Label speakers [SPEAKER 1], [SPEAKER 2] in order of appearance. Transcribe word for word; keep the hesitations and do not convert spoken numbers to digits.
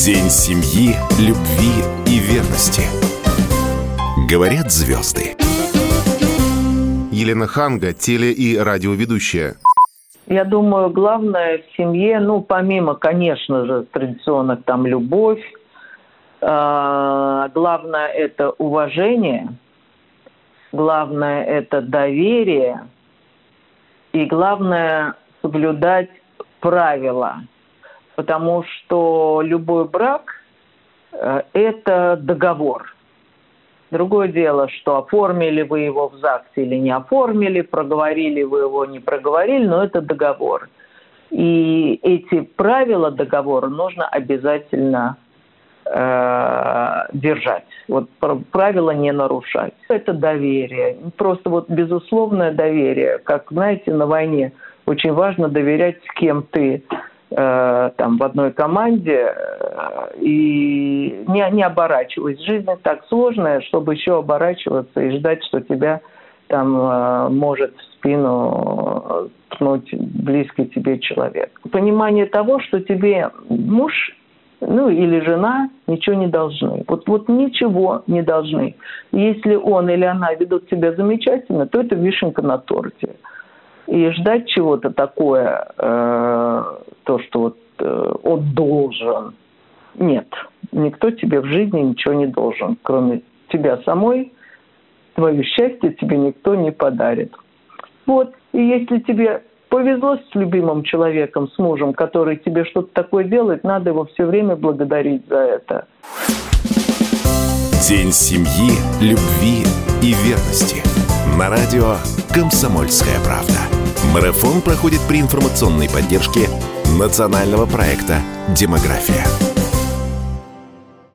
[SPEAKER 1] День семьи, любви и верности. Говорят звезды.
[SPEAKER 2] Елена Ханга, теле- и радиоведущая.
[SPEAKER 3] Я думаю, главное в семье, ну, помимо, конечно же, традиционных там любовь, э, главное это уважение, главное это доверие, и главное соблюдать правила. Потому что любой брак э, – это договор. Другое дело, что оформили вы его в ЗАГСе или не оформили, проговорили вы его, не проговорили, но это договор. И эти правила договора нужно обязательно э, держать. Вот правила не нарушать. Это доверие. Просто вот безусловное доверие. Как, знаете, на войне очень важно доверять, с кем ты там в одной команде, и не, не оборачиваясь. Жизнь так сложная, чтобы еще оборачиваться и ждать, что тебя там может в спину ткнуть близкий тебе человек. Понимание того, что тебе муж, ну или жена ничего не должны. Вот, вот ничего не должны. Если он или она ведут себя замечательно, то это вишенка на торте. И ждать чего-то такое, э, то, что вот, э, он должен. Нет, никто тебе в жизни ничего не должен. Кроме тебя самой, твое счастье тебе никто не подарит. Вот, и если тебе повезло с любимым человеком, с мужем, который тебе что-то такое делает, надо его все время благодарить за это.
[SPEAKER 1] День семьи, любви и верности. На радио «Комсомольская правда». Марафон проходит при информационной поддержке национального проекта «Демография».